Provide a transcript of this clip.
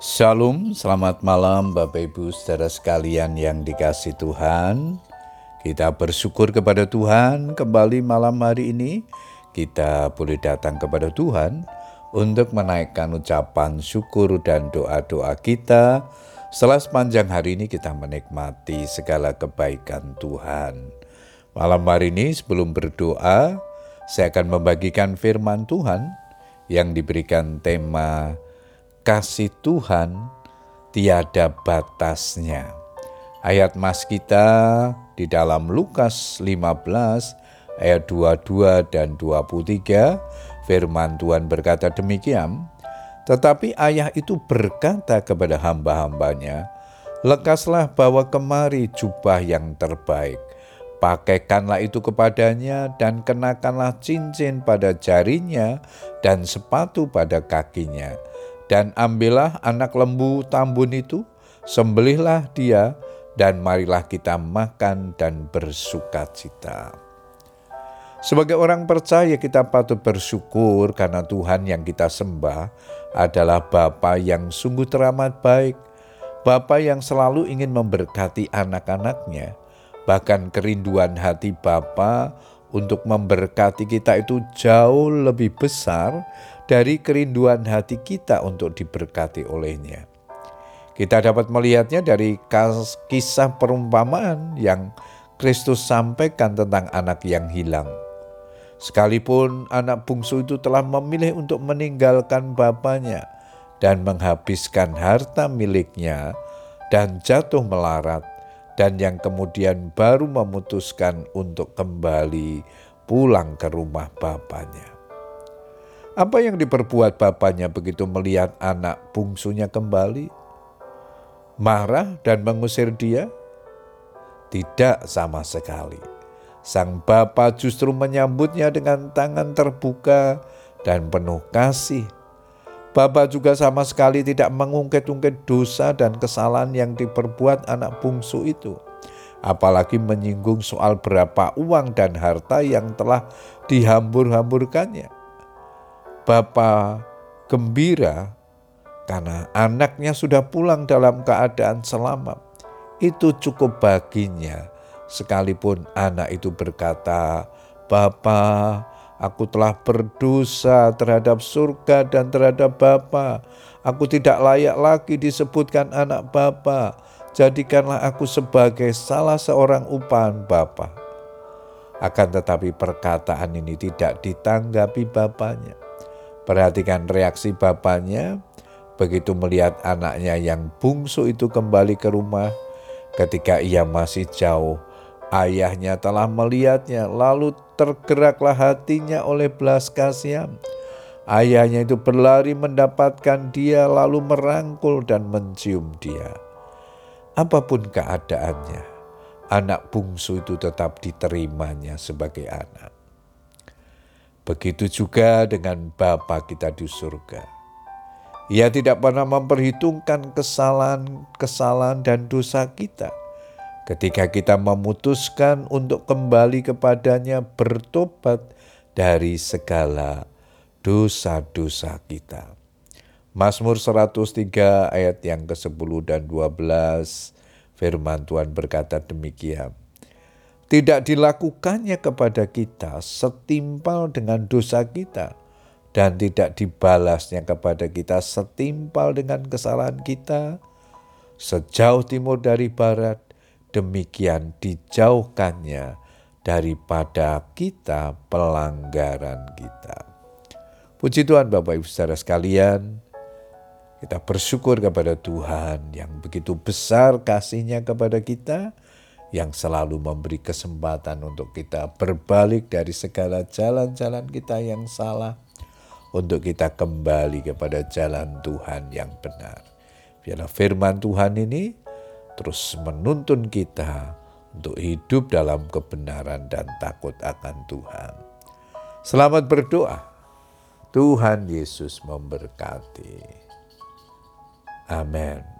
Shalom, selamat malam Bapak Ibu saudara sekalian yang dikasihi Tuhan. Kita bersyukur kepada Tuhan kembali malam hari ini. Kita boleh datang kepada Tuhan untuk menaikkan ucapan syukur dan doa-doa kita. Setelah sepanjang hari ini kita menikmati segala kebaikan Tuhan. Malam hari ini sebelum berdoa, saya akan membagikan firman Tuhan yang diberikan tema kasih Tuhan tiada batasnya. Ayat mas kita di dalam Lukas 15 ayat 22 dan 23, firman Tuhan berkata demikian, tetapi ayah itu berkata kepada hamba-hambanya, lekaslah bawa kemari jubah yang terbaik, pakaikanlah itu kepadanya dan kenakanlah cincin pada jarinya dan sepatu pada kakinya. Dan ambillah anak lembu tambun itu, sembelihlah dia, dan marilah kita makan dan bersukacita. Sebagai orang percaya kita patut bersyukur karena Tuhan yang kita sembah adalah Bapa yang sungguh teramat baik. Bapa yang selalu ingin memberkati anak-anaknya. Bahkan kerinduan hati Bapa untuk memberkati kita itu jauh lebih besar dari kerinduan hati kita untuk diberkati olehnya. Kita dapat melihatnya dari kisah perumpamaan yang Kristus sampaikan tentang anak yang hilang. Sekalipun anak bungsu itu telah memilih untuk meninggalkan bapaknya dan menghabiskan harta miliknya dan jatuh melarat, dan yang kemudian baru memutuskan untuk kembali pulang ke rumah bapaknya. Apa yang diperbuat bapaknya begitu melihat anak bungsunya kembali? Marah dan mengusir dia? Tidak sama sekali. Sang bapa justru menyambutnya dengan tangan terbuka dan penuh kasih. Bapa juga sama sekali tidak mengungkit-ungkit dosa dan kesalahan yang diperbuat anak bungsu itu. Apalagi menyinggung soal berapa uang dan harta yang telah dihambur-hamburkannya. Bapa gembira karena anaknya sudah pulang dalam keadaan selamat. Itu cukup baginya, sekalipun anak itu berkata, "Bapa, aku telah berdosa terhadap surga dan terhadap Bapa. Aku tidak layak lagi disebutkan anak Bapa. Jadikanlah aku sebagai salah seorang upahan Bapa." Akan tetapi perkataan ini tidak ditanggapi bapaknya. Perhatikan reaksi bapaknya begitu melihat anaknya yang bungsu itu kembali ke rumah. Ketika ia masih jauh, ayahnya telah melihatnya, lalu tergeraklah hatinya oleh belas kasihan. Ayahnya itu berlari mendapatkan dia, lalu merangkul dan mencium dia. Apapun keadaannya, anak bungsu itu tetap diterimanya sebagai anak. Begitu juga dengan Bapa kita di surga. Ia tidak pernah memperhitungkan kesalahan dan dosa kita. Ketika kita memutuskan untuk kembali kepadanya, bertobat dari segala dosa-dosa kita. Mazmur 103 ayat yang ke-10 dan 12, firman Tuhan berkata demikian. Tidak dilakukannya kepada kita setimpal dengan dosa kita, dan tidak dibalasnya kepada kita setimpal dengan kesalahan kita. Sejauh timur dari barat, demikian dijauhkannya daripada kita pelanggaran kita. Puji Tuhan Bapak Ibu saudara sekalian, kita bersyukur kepada Tuhan yang begitu besar kasih-Nya kepada kita, yang selalu memberi kesempatan untuk kita berbalik dari segala jalan-jalan kita yang salah, untuk kita kembali kepada jalan Tuhan yang benar. Biarlah firman Tuhan ini terus menuntun kita untuk hidup dalam kebenaran dan takut akan Tuhan. Selamat berdoa. Tuhan Yesus memberkati. Amin.